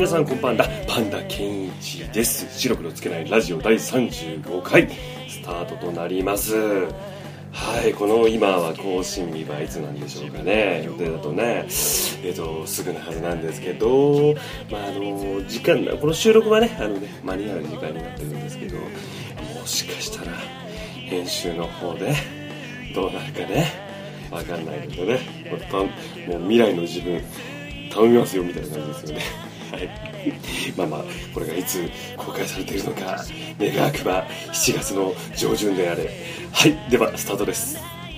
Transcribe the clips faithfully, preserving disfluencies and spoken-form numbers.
皆さんこんばんだ、パンダケンイチです。白黒つけないラジオだいさんじゅうごかいスタートとなります。はい、この今は更新日はいつなんでしょうかね。予定だとね、えっとすぐなはずなんですけど、まああの時間この収録はね、あのね間に合う時間になってるんですけど、もしかしたら編集の方でどうなるかね、わかんないけどね。もう未来の自分頼みますよみたいな感じですよね。はい、まあまあこれがいつ公開されているのか願わくばしちがつの上旬であれ。はい、ではスタートです。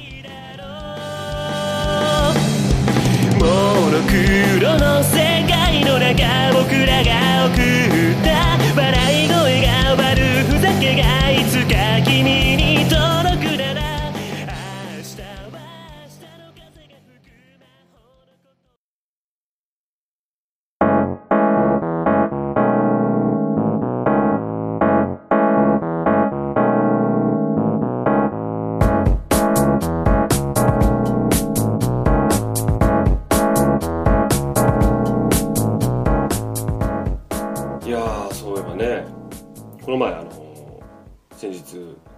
モノクロの世界の中、僕らが送った笑い声が悪ふざけがいつか君に届くなら、明日は明日の風が吹くいやー、そういえばね、この前あの先日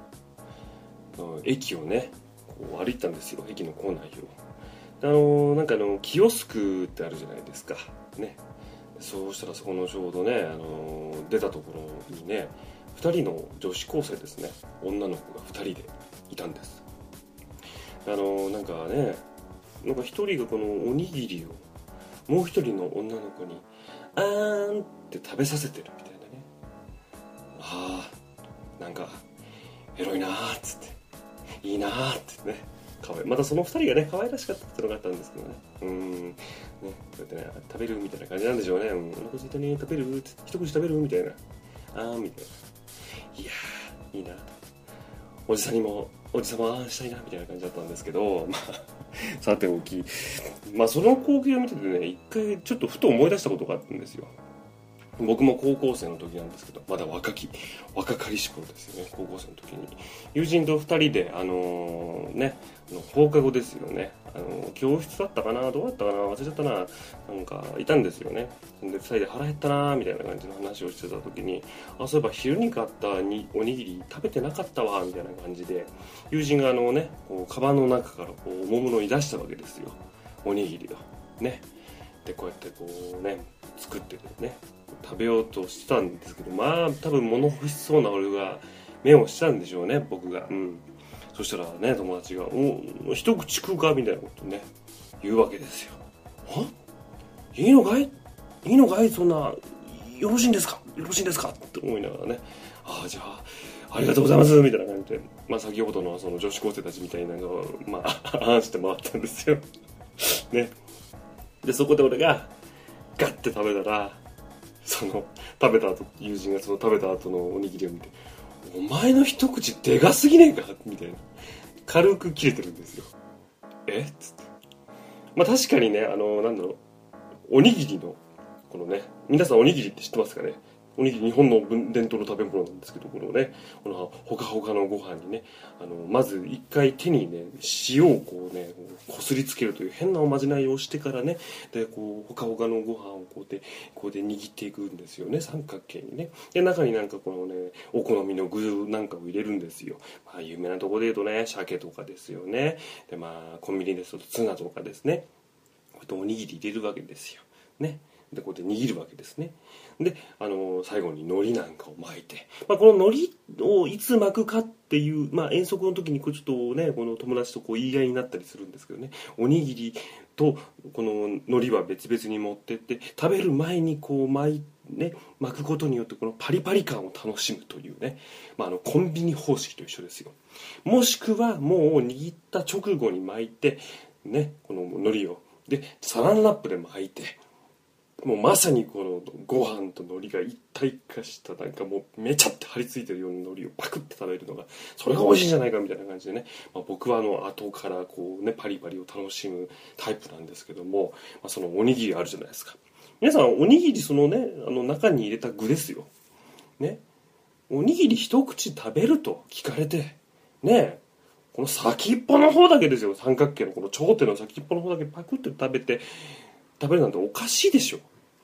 駅をねこう歩いたんですよ。駅の構内をあのなんかあのキオスクってあるじゃないですかね。そうしたらそこのちょうどね、あの出たところにねふたりの女子高生ですね、女の子がふたりでいたんです。あのなんかね、なんかひとりがこのおにぎりをもう一人の女の子にあーんって食べさせてるみたいなね。ああ、なんかエロいなーっつっていいなーってね、かわいい。またそのふたりがね可愛らしかったってのがあったんですけどね。うーんね、こうやってね食べるみたいな感じなんでしょうね。うん、お腹空いたね、食べるって一口食べるみたいな、あーみたいな、いやーいいなと、おじさんにもおじさまはしたいなみたいな感じだったんですけど、まあさておき、まあその光景を見ててね、一回ちょっとふと思い出したことがあったんですよ。僕も高校生の時なんですけど、まだ若き若かりし頃ですよね。高校生の時に友人とふたりであのー、ねあの放課後ですよね、あのー、教室だったかな、どうだったかな、忘れちゃったな、なんかいたんですよね。でふたりで腹減ったなみたいな感じの話をしてた時に、あ、そういえば昼に買ったにおにぎり食べてなかったわみたいな感じで、友人があのねこうカバンの中からこう大物に出したわけですよ、おにぎりをね。でこうやってこうね作っててね食べようとしてたんですけど、まあ多分物欲しそうな俺が目をしたんでしょうね、僕が。うん。そしたらね友達が「お一口食うか?」みたいなことね言うわけですよ。はいいのかいいいのかいそんなよろしいんですかよろしいんですかって思いながらね、ああじゃあありがとうございますみたいな感じで、まあ先ほどのその女子高生たちみたいなのをまああんしてもらったんですよね。でそこで俺がガッて食べたら、その食べた後、友人がその食べた後のおにぎりを見て「お前の一口でかすぎねえか?」みたいな、軽く切れてるんですよ。えっつって、まあ確かにね、あのなんだろう、おにぎりのこのね、皆さんおにぎりって知ってますかね。おにぎり日本の伝統の食べ物なんですけど、このねこのほかほかのご飯にね、あのまず一回手にね塩をこうねこすりつけるという変なおまじないをしてからね、でこうほかほかのご飯をこうでこうで握っていくんですよね、三角形にね。で中になんかこのねお好みの具なんかを入れるんですよ。まあ有名なところで言うとね鮭とかですよね。でまあコンビニですとツナとかですね。こうやっておにぎり入れるわけですよね。でこうやって握るわけですね。で、あの最後に海苔なんかを巻いて、まあ、この海苔をいつ巻くかっていう、まあ、遠足の時にこうちょっとねこの友達とこう言い合いになったりするんですけどね、おにぎりとこの海苔は別々に持ってって食べる前にこう巻いね、巻くことによってこのパリパリ感を楽しむというね、まあ、あのコンビニ方式と一緒ですよ。もしくはもう握った直後に巻いてね、この海苔をでサランラップで巻いて、もうまさにこのご飯と海苔が一体化した、なんかもうめちゃって張り付いてるような海苔をパクって食べるのがそれが美味しいんじゃないかみたいな感じでね、まあ、僕はあの後からこうねパリパリを楽しむタイプなんですけども、まあ、そのおにぎりあるじゃないですか。皆さんおにぎりそのねあの中に入れた具ですよね。おにぎり一口食べると聞かれてね、この先っぽの方だけですよ、三角形のこの頂点の先っぽの方だけパクって食べて食べるなんておかしいでしょ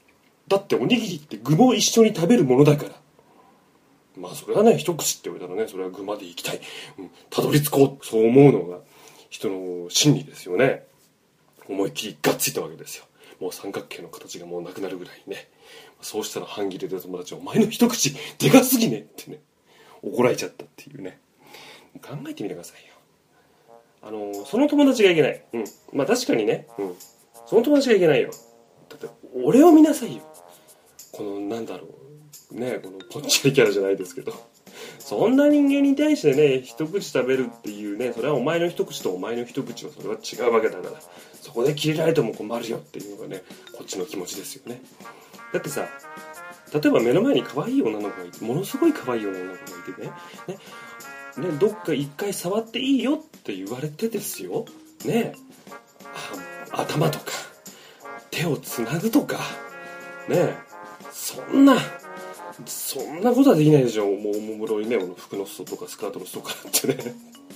だっておにぎりって具も一緒に食べるものだから。まあそれはね、一口って言われたらね、それは具まで行きたい、うん、たどり着こう、そう思うのが人の心理ですよね。思いっきりガッついたわけですよ。もう三角形の形がもうなくなるぐらいね。そうしたら半切れで友達は、お前の一口でかすぎねってね、怒られちゃったっていうね。考えてみてくださいよ。あのその友達がいけない。うん。まあ確かにね、うん。その友達がいけないよ。だって俺を見なさいよ。このなんだろう。ね、このぽっちゃりキャラじゃないですけど、そんな人間に対してね、一口食べるっていうね、それはお前の一口とお前の一口はそれは違うわけだから、そこで切れられても困るよっていうのがね、こっちの気持ちですよね。だってさ、例えば目の前に可愛い女の子がいて、ものすごい可愛い女の子がいてね、ね、ね、どっか一回触っていいよって言われてですよ、ね、あ、頭とか手をつなぐとかね、そんなそんなことはできないでしょ。もうおもむろにね、服の裾とかスカートの裾からってね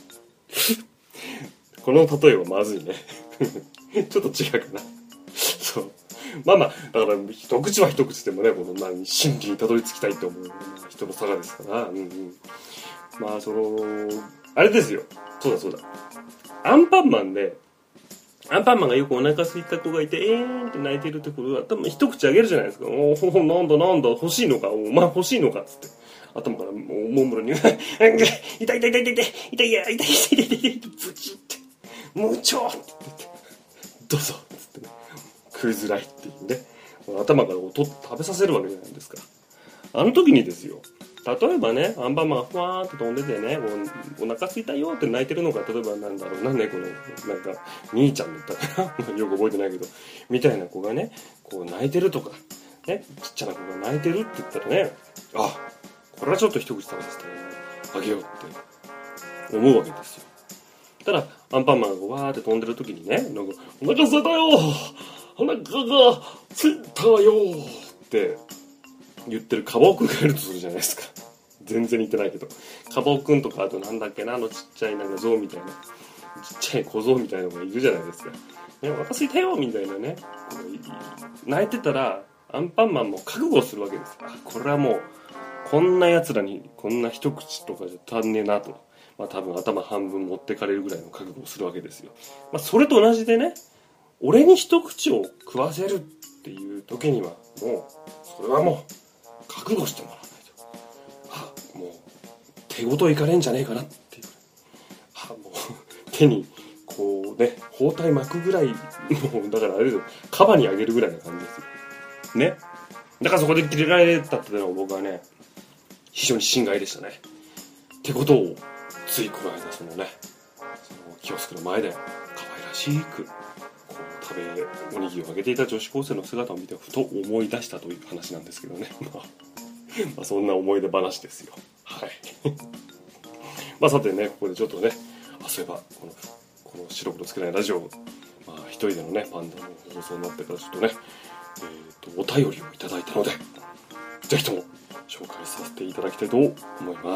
この例えはまずいねちょっと違うかなそう、まあまあだから一口は一口でもね、この何真理にたどり着きたいと思う人の差がですから、うんうん、まあそのあれですよ、そうだそうだ、アンパンマンでアンパンマンがよくお腹空いた子がいて、えーんって泣いてるってことは、多分一口あげるじゃないですか。おお、なんだなんだ、欲しいのか、お前欲しいのかっつって。頭からおもむろに、痛い痛い痛い痛い痛い痛い痛い痛い痛い痛い痛い痛いブチって、無調って言って、どうぞっつってね、食いづらいっていうね、頭から音食べさせるわけじゃないですか。あの時にですよ、例えばね、アンパンマンがふわーって飛んでてね、お, お腹空いたよって泣いてるのが、例えばなんだろうな、ね、このなんか兄ちゃんだったかなよく覚えてないけど、みたいな子がね、こう泣いてるとかね、ちっちゃな子が泣いてるって言ったらね、あ、これはちょっと一口食べさせてあげようって思うわけですよ。ただアンパンマンがわーって飛んでる時にね、なんかお腹空いたよ、お腹が空いたよって言ってるカバオくんがいるとするじゃないですか。全然似てないけど、カバオくんとか、あとなんだっけな、あのちっちゃいなんか象みたいな、ちっちゃい小象みたいなのがいるじゃないですか。ね、お腹すいたよみたいなね、泣いてたらアンパンマンも覚悟するわけです。あ、これはもうこんな奴らにこんな一口とかじゃ足んねえなと、まあ多分頭半分持ってかれるぐらいの覚悟をするわけですよ。まあそれと同じでね、俺に一口を食わせるっていう時にはもうそれはもう覚悟してもらわないと、はあ、もう手ごといかれんじゃねえかなっていう、はあ、もう手にこうね包帯巻くぐらい、もうだからあれですよ、カバにあげるぐらいな感じですよね。だからそこで切れられたっていうのは僕はね非常に心外でしたね。ってことをついこの間そのね、そのキオスクの前で可愛らしくこう食べおにぎりをあげていた女子高生の姿を見てふと思い出したという話なんですけどねまあ、まあそんな思い出話ですよ。はいまあさてね、ここでちょっとね、あ、そういえばこのこの白黒つけないラジオ、まあ一人でのねパンダの放送になってからちょっとね、えー、とお便りをいただいたので、ぜひとも紹介させていただきたいと思います。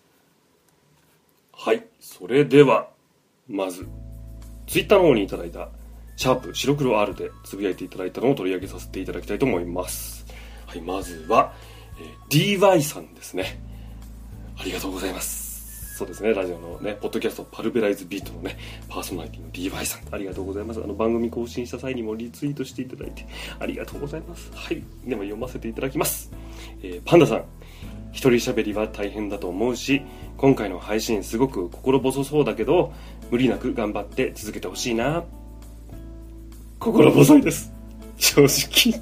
はい、それではまずツイッターの方にいただいたシャープ白黒 R でつぶやいていただいたのを取り上げさせていただきたいと思います。はい、まずは、えー、ディーワイ さんですね。ありがとうございます。そうですね、ラジオのね、ポッドキャストパルベライズビートのね、パーソナリティの ディーワイ さん、ありがとうございます。あの番組更新した際にもリツイートしていただいてありがとうございます。はい、では読ませていただきます。えー、パンダさん、一人喋りは大変だと思うし、今回の配信すごく心細そうだけど、無理なく頑張って続けてほしいな。心細いです、正直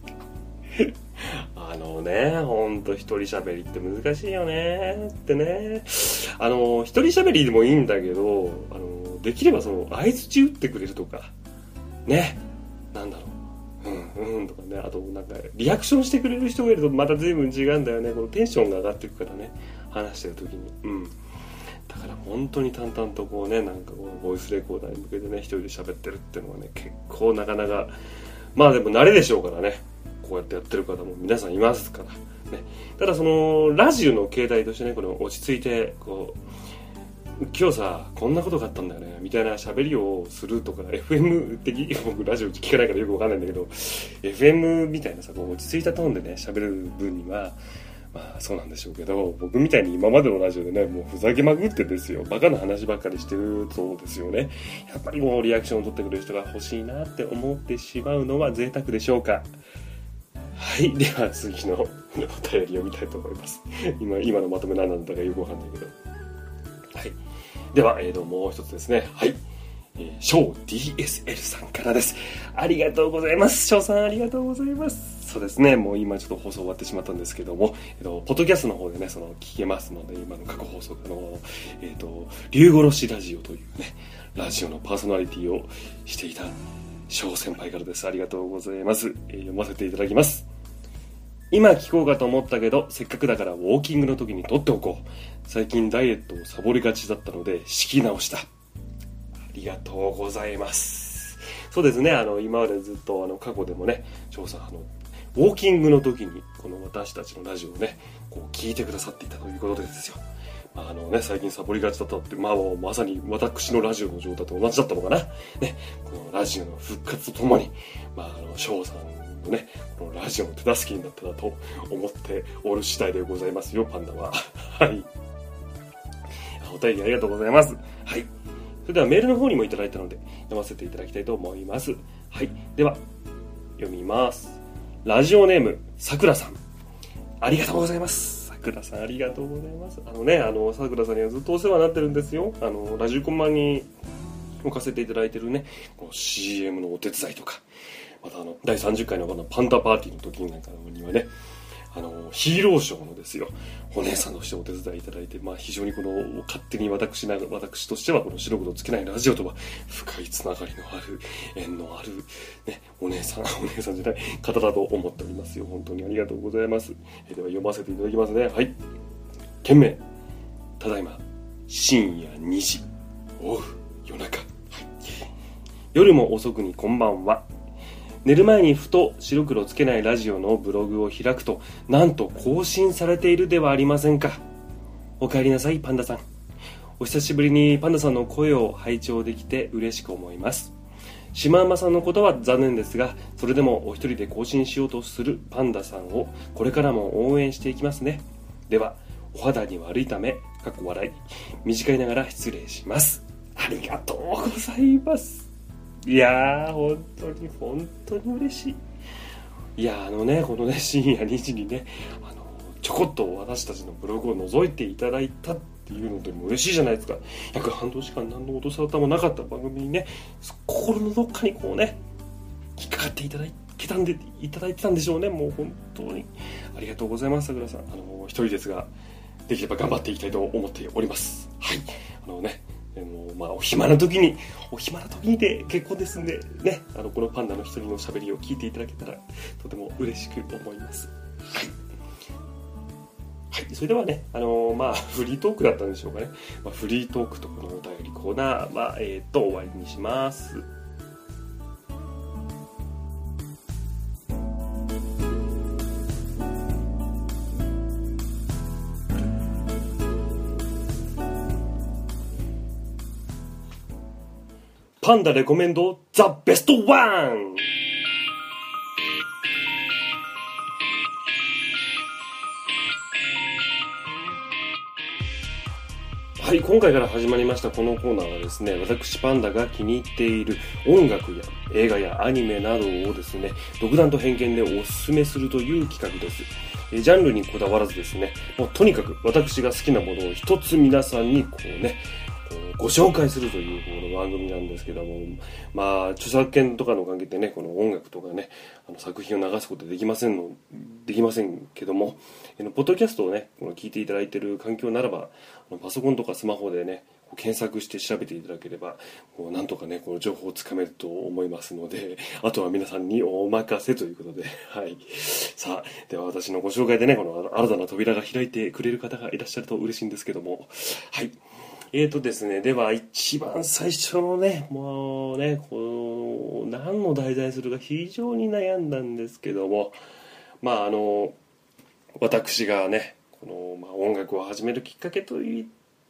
あのね、ほんと一人喋りって難しいよねってね。あの一人喋りでもいいんだけど、あのできればその相づち打ってくれるとかね、なんだろう、うんうんとかね、あとなんかリアクションしてくれる人がいるとまた随分違うんだよね。このテンションが上がっていくからね、話してる時に、うん、だから本当に淡々とこうね、なんかこうボイスレコーダーに向けてね一人で喋ってるっていうのはね、結構なかなか、まあでも慣れでしょうからね、こうやってやってる方も皆さんいますからね。ただそのラジオの形態としてね、この落ち着いてこう今日さこんなことがあったんだよねみたいな喋りをするとか エフエム 的、僕ラジオ聞かないからよくわかんないんだけど エフエム みたいなさこう落ち着いたトーンでね喋る分にはまあそうなんでしょうけど、僕みたいに今までのラジオでねもうふざけまくってですよ、バカな話ばっかりしてるとですよね、やっぱりもうリアクションを取ってくれる人が欲しいなって思ってしまうのは贅沢でしょうか。はい、では次のお便り読みたいと思います。今今のまとめ何なんだかよくわかんないけど、はい、では、えー、ともう一つですね。はい、えー、ショー ディーエスエル さんからです。ありがとうございます。ショーさんありがとうございます。そうですね、もう今ちょっと放送終わってしまったんですけども、えー、とポッドキャストの方でねその聞けますので、今の過去放送のえっ、ー、と竜殺しラジオというねラジオのパーソナリティをしていたショー先輩からです。ありがとうございます。えー、読ませていただきます。今聞こうかと思ったけど、せっかくだからウォーキングの時に撮っておこう。最近ダイエットをサボりがちだったので仕切り直した。ありがとうございます。そうですね、あの今までずっとあの過去でもね、翔さんあのウォーキングの時にこの私たちのラジオをねこう聞いてくださっていたということでですよ。まああのね、最近サボりがちだったって、まあ、まさに私のラジオの状態と同じだったのかな、ね、このラジオの復活とともに、まあ、あの翔さんのねこのラジオの手助けになったなと思っておる次第でございますよ、パンダは。はい、お便りありがとうございます。はい、それではメールの方にもいただいたので読ませていただきたいと思います。はい、では読みます。ラジオネームさくらさん、ありがとうございます。さくらさんありがとうございます。あのね、あのさくらさんにはずっとお世話になってるんですよ。あのラジコマに置かせていただいてるねこの シーエム のお手伝いとか、またあのだいさんじゅっかいのこのパンダパーティーの時なんかにはね、あのヒーローショーのですよお姉さんとしてお手伝いいただいて、まあ、非常にこの勝手に私な私としてはこの白黒つけないラジオとは深いつながりのある縁のある、ね、お姉さんお姉さんじゃない方だと思っておりますよ。本当にありがとうございます。えでは読ませていただきますね。はい、件名、ただいま深夜にじ、おう夜中、はい、夜も遅くにこんばんは。寝る前にふと白黒つけないラジオのブログを開くと、なんと更新されているではありませんか。お帰りなさいパンダさん。お久しぶりにパンダさんの声を拝聴できて嬉しく思います。シマウマさんのことは残念ですが、それでもお一人で更新しようとするパンダさんをこれからも応援していきますね。ではお肌に悪いためかっこ笑い短いながら失礼します。ありがとうございます。いやー本当に本当に嬉しい。いやーあのねこのね深夜にじにねあのちょこっと私たちのブログを覗いていただいたっていうのでも嬉しいじゃないですか。約半年間何の音沙汰もなかった番組にね心のどっかにこうね引っかかっていただけたんでいただいてたんでしょうね。もう本当にありがとうございます。さくらさん、あの一人ですができれば頑張っていきたいと思っております。はい、あのねもうまあお暇な時にお暇な時にで結構ですんでね、あのこのパンダの一人の喋りを聞いていただけたらとても嬉しく思います。はい、はい、それではね、あのー、まあフリートークだったんでしょうかね、まあ、フリートークとこのお便りコーナーは、えー、と終わりにします。パンダレコメンドザベストワン。はい、今回から始まりましたこのコーナーはですね、私パンダが気に入っている音楽や映画やアニメなどをですね、独断と偏見でおすすめするという企画です。ジャンルにこだわらずですね、もうとにかく私が好きなものを一つ皆さんにこうねご紹介するというこの番組なんですけども、まあ著作権とかの関係でね、この音楽とかねあの作品を流すことできませんのできませんけども、ポッドキャストをねこの聞いていただいている環境ならばパソコンとかスマホでね検索して調べていただければこうなんとかねこの情報をつかめると思いますので、あとは皆さんにお任せということで、はい、さあでは私のご紹介でねこの新たな扉が開いてくれる方がいらっしゃると嬉しいんですけども、はい、えーとですね、では一番最初のねもうねこの何の題材するか非常に悩んだんですけども、まああの私がねこの、まあ、音楽を始めるきっかけといっ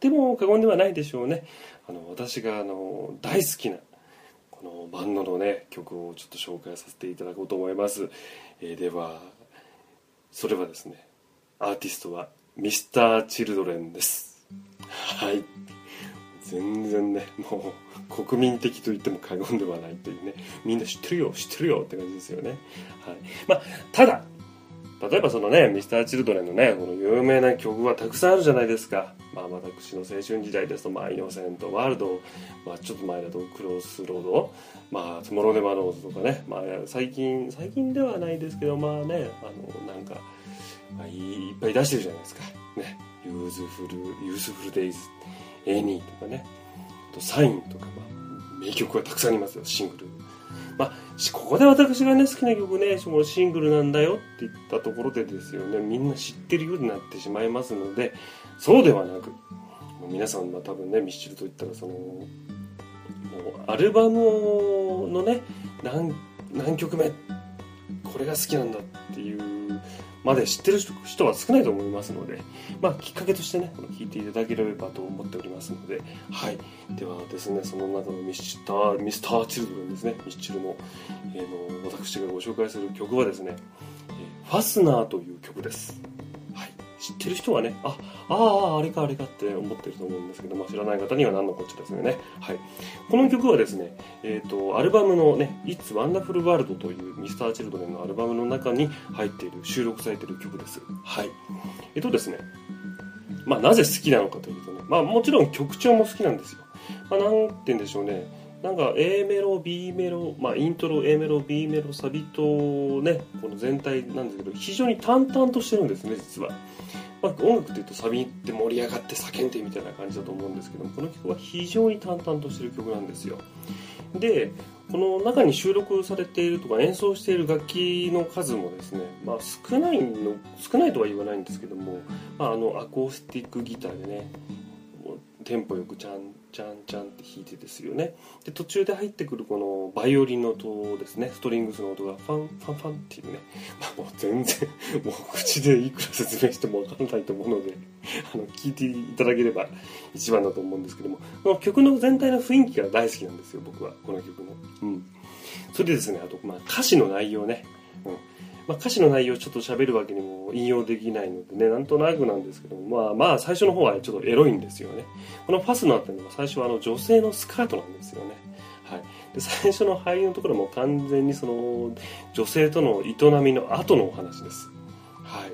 っても過言ではないでしょうね。あの私があの大好きなこのバンドのね曲をちょっと紹介させていただこうと思います。えー、ではそれはですね、アーティストはミスターチルドレンです。はい、全然ねもう国民的と言っても過言ではないというね、みんな知ってるよ知ってるよって感じですよね。はい、まあただ例えばそのねミスターチルドレンのねこの有名な曲はたくさんあるじゃないですか。まあ私の青春時代ですと、まあイノセントワールド、まあちょっと前だとクロスロード、まあトゥモローネバーノーズとかね、まあ最近最近ではないですけど、まあねあのなんか、まあ、いっぱい出してるじゃないですかね。ユーズフルユースフルデイズ、エニーとかね、あとサインとか、まあ名曲がたくさんありますよ、シングル。まあ、ここで私がね好きな曲ねそのシングルなんだよって言ったところでですよね、みんな知ってるようになってしまいますので、そうではなく皆さんは多分ねミスチルといったらそのもうアルバムのね 何, 何曲目これが好きなんだっていうまで知ってる人は少ないと思いますので、まあきっかけとしてね聞いていただければと思っておりますので、はい。ではですね、その中のミスターミスターチルドレンですね、ミスチルの、えー、の私がご紹介する曲はですね、えー、ファスナーという曲です。はい。知ってる人はね、ああああれかあれかって思ってると思うんですけど、まあ、知らない方には何のこっちゃですよね。はい。この曲はですね、えっとアルバムのね It's Wonderful World というミスターチルドレンのアルバムの中に入っている収録されている曲です。はい。えっとですね、まあなぜ好きなのかというとね、まあもちろん曲調も好きなんですよ。まあなんて言うんでしょうね。なんか A メロ B メロ、まあイントロ A メロ B メロサビとねこの全体なんですけど、非常に淡々としてるんですね実は。まあ、音楽というとサビって盛り上がって叫んでみたいな感じだと思うんですけども、この曲は非常に淡々としている曲なんですよ。でこの中に収録されているとか演奏している楽器の数もですね、まあ、少ないの少ないとは言わないんですけども、まあ、あのアコースティックギターでねテンポよくチャンチャンチャンって弾いてですよね。で途中で入ってくるこのバイオリンの音ですね、ストリングスの音がファンファンファンっていうね、まあ、もう全然もう口でいくら説明しても分からないと思うのであの聞いていただければ一番だと思うんですけども、この曲の全体の雰囲気が大好きなんですよ僕はこの曲の。うん、それでですね、あと、まあ、歌詞の内容ね、うんまあ、歌詞の内容をちょっと喋るわけにも引用できないのでね、なんとなくなんですけども、まあまあ最初の方はちょっとエロいんですよね。このファスナーっていうのは最初はあの女性のスカートなんですよね。はい。で最初の入りのところも完全にその女性との営みの後のお話です。はい。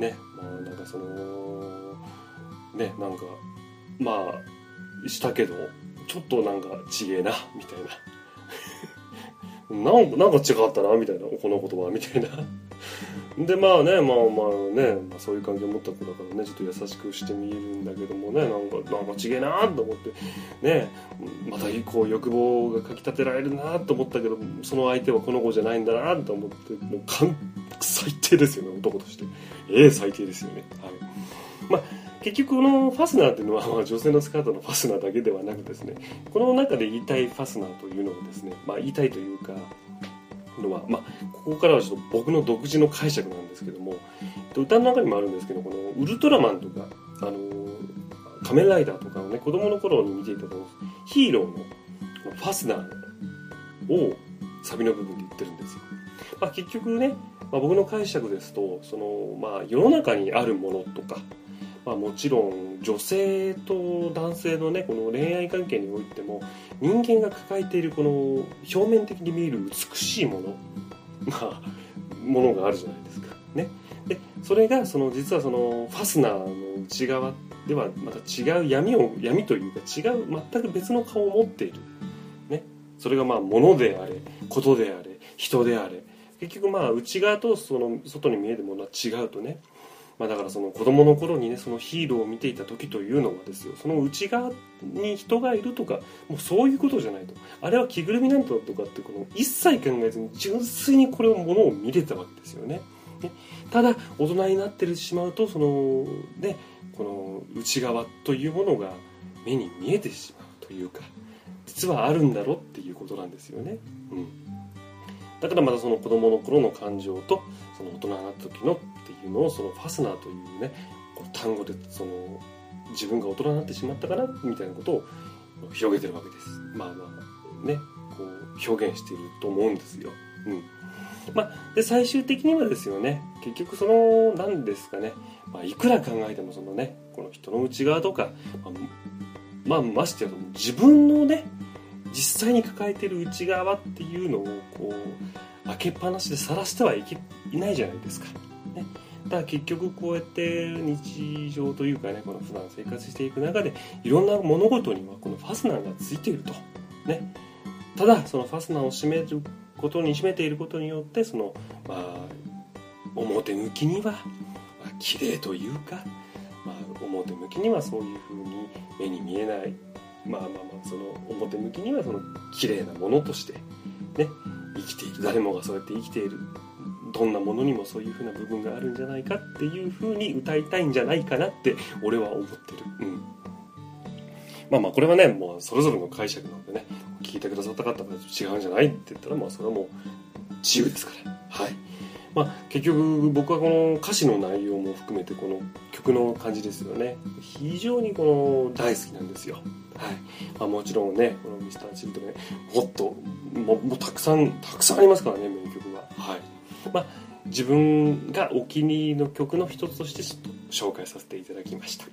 ね、まあなんかそのねなんかまあしたけどちょっとなんかちげえなみたいな。なんなんか違ったなみたいな、この言葉みたいなでまあねまあまあね、まあ、そういう感じを持った子だからねちょっと優しくしてみるんだけどもね、なんかなんか違えなと思ってね、またこう欲望がかきたてられるなと思ったけど、その相手はこの子じゃないんだなと思って、もう最低ですよね男として。ええ最低ですよね。はい。まあ結局このファスナーっていうのは、まあ、女性のスカートのファスナーだけではなくですね、この中で言いたいファスナーというのはですね、まあ言いたいというかのは、まあここからはちょっと僕の独自の解釈なんですけども、歌の中にもあるんですけど、このウルトラマンとかあの仮面ライダーとかをね子供の頃に見ていたとヒーローのファスナーをサビの部分で言ってるんですよ。まあ結局ね、まあ、僕の解釈ですとそのまあ世の中にあるものとか、まあ、もちろん女性と男性のねこの恋愛関係においても人間が抱えているこの表面的に見える美しいもの、まあものがあるじゃないですかね。でそれがその実はそのファスナーの内側ではまた違う闇を闇というか違う全く別の顔を持っているね。それがまあ物であれことであれ人であれ、結局まあ内側とその外に見えるものは違うとね。まあ、だからその子供の頃にねそのヒーローを見ていた時というのはですよ、その内側に人がいるとかもうそういうことじゃないと、あれは着ぐるみなんだとかってこの一切考えずに純粋にこれをものを見れたわけですよね。ねただ大人になってしまうとそのねこの内側というものが目に見えてしまうというか、実はあるんだろうっていうことなんですよね。うんだからまたその子供の頃の感情とその大人になった時のっていうのをそのファスナーというねこの単語でその自分が大人になってしまったかなみたいなことを広げてるわけです。まあまあね、こう表現していると思うんですよ。うん。まあ、で最終的にはですよね、結局その何ですかね、まあ、いくら考えてもそのね、この人の内側とか、まあ、まあ、ましてや自分のね実際に抱えている内側っていうのをこう開けっぱなしで晒してはいけいないじゃないですか、ね、だから結局こうやって日常というかね、この普段生活していく中でいろんな物事にはこのファスナーがついていると、ね、ただそのファスナーを閉めることに閉めていることによってその、まあ、表向きには、まあ、綺麗というか、まあ、表向きにはそういう風に目に見えない、まあまあまあその表向きにはその綺麗なものとしてね生きている、誰もがそうやって生きている、どんなものにもそういう風な部分があるんじゃないかっていう風に歌いたいんじゃないかなって俺は思ってる。うん。まあまあこれはねもうそれぞれの解釈なのでね、聞いてくださった方が違うんじゃないって言ったらまあそれはもう自由ですから。はい。まあ結局僕はこの歌詞の内容も含めてこの曲の感じですよね。非常にこの大好きなんですよ。はい。まあもちろんねこのミスターチルドレンもっとももうたくさんたくさんありますからね、名曲が。はい。まあ自分がお気に入りの曲の一つとしてちょっと紹介させていただきました。はい。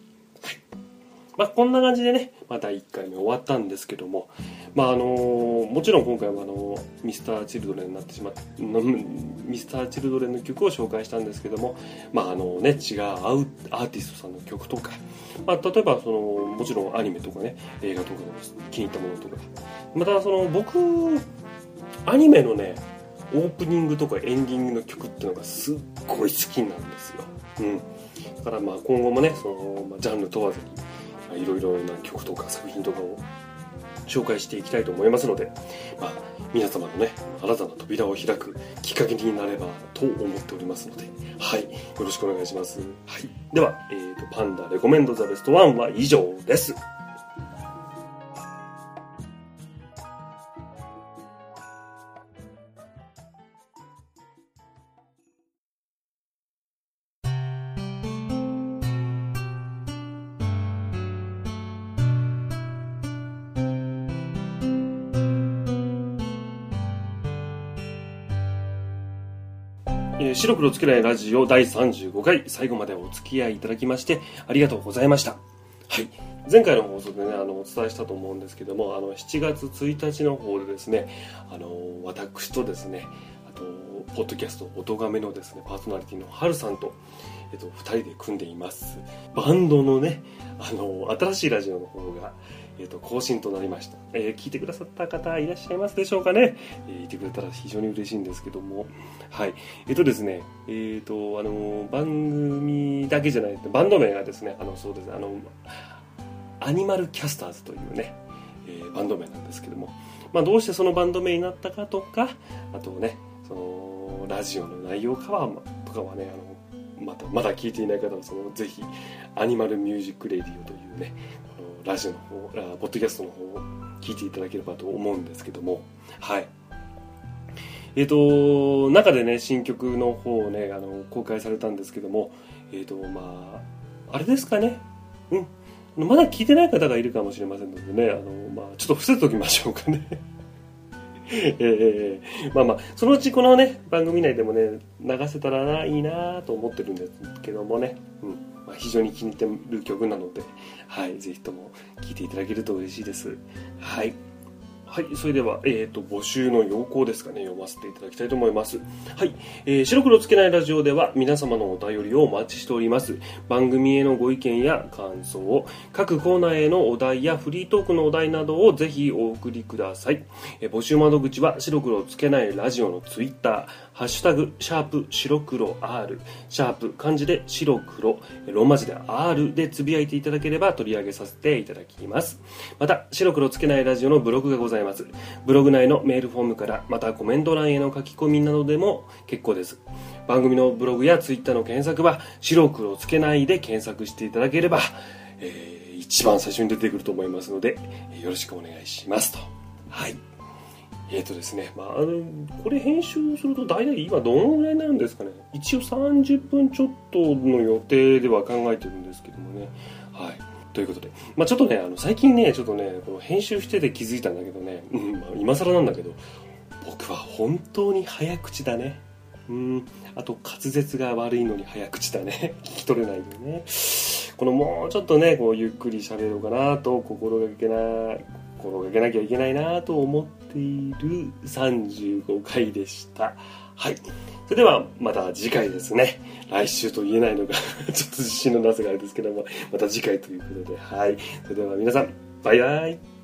まあ、こんな感じでね、まあ、だいいっかいめ終わったんですけども、まああのー、もちろん今回はあのミスターチルドレンになってしまったミスターチルドレンの曲を紹介したんですけども、まああのね、違うアーティストさんの曲とか、まあ、例えばそのもちろんアニメとかね、映画とかでも気に入ったものとか、またその僕アニメのねオープニングとかエンディングの曲っていうのがすっごい好きなんですよ。うん。だからまあ今後もねその、まあ、ジャンル問わずにいろいろな曲とか作品とかを紹介していきたいと思いますので、まあ、皆様のね新たな扉を開くきっかけになればと思っておりますので、はい、よろしくお願いします。はい、では、えーと、パンダレコメンドザベストワンは以上です。白黒つけないラジオだいさんじゅうごかい、最後までお付き合いいただきましてありがとうございました。はい、前回の放送でねあのお伝えしたと思うんですけども、あのしちがつついたちの方でですね、あの私とですね、あとポッドキャスト音亀のですねパーソナリティのハルさんと、えっと、ふたりで組んでいますバンドのね、あの新しいラジオの方がえー、と更新となりました。えー、聞いてくださった方いらっしゃいますでしょうかね。えー、いてくれたら非常に嬉しいんですけども、はい、えっ、ー、とですね、えっ、ー、とあの番組だけじゃない、バンド名がですね、あのそうですね、あのアニマルキャスターズというね、えー、バンド名なんですけども、まあどうしてそのバンド名になったかとか、あとね、そのラジオの内容かはとかはね、あのまたまだ聞いていない方はそのぜひアニマルミュージックレディオというね。ラジオの方、ポッドキャストの方を聞いていただければと思うんですけども、はい。えっと、中でね、新曲の方をね、あの、公開されたんですけども、えっと、まあ、あれですかね、うん。まだ聞いてない方がいるかもしれませんのでね、あの、まあ、ちょっと伏せておきましょうかね。えー、まあまあ、そのうちこのね、番組内でもね、流せたらいいなと思ってるんですけどもね、うん。まあ、非常に気に入ってる曲なので、はい、ぜひとも聴いていただけると嬉しいです。はい。はい、それでは、えーと、募集の要項ですかね、読ませていただきたいと思います。はい、えー、白黒つけないラジオでは皆様のお便りをお待ちしております。番組へのご意見や感想を、各コーナーへのお題やフリートークのお題などをぜひお送りください。えー、募集窓口は白黒つけないラジオのツイッター、ハッシュタグ、シャープ白黒 R、シャープ漢字で白黒、ローマ字で R でつぶやいていただければ取り上げさせていただきます。また、白黒つけないラジオのブログがございます。ブログ内のメールフォームから、またコメント欄への書き込みなどでも結構です。番組のブログやツイッターの検索は白黒つけないで検索していただければ、えー、一番最初に出てくると思いますので、よろしくお願いしますと。はい。えーとですね、まあ、あのこれ編集すると大体今どのぐらいになるんですかね。一応さんじゅっぷんちょっとの予定では考えてるんですけどもね。はい。 ということで、まあ、ちょっとねあの最近ねちょっとねこの編集してて気づいたんだけどね、うんまあ、今更なんだけど僕は本当に早口だね。うんあと滑舌が悪いのに早口だね聞き取れないよね。このもうちょっとねこうゆっくり喋ろうかなと心がけな心がけなきゃいけないなと思っているさんじゅうごかいでした。はい、それではまた次回ですね。来週と言えないのがちょっと自信のなさがあれですけども、また次回ということで、はい、それでは皆さんバイバイ。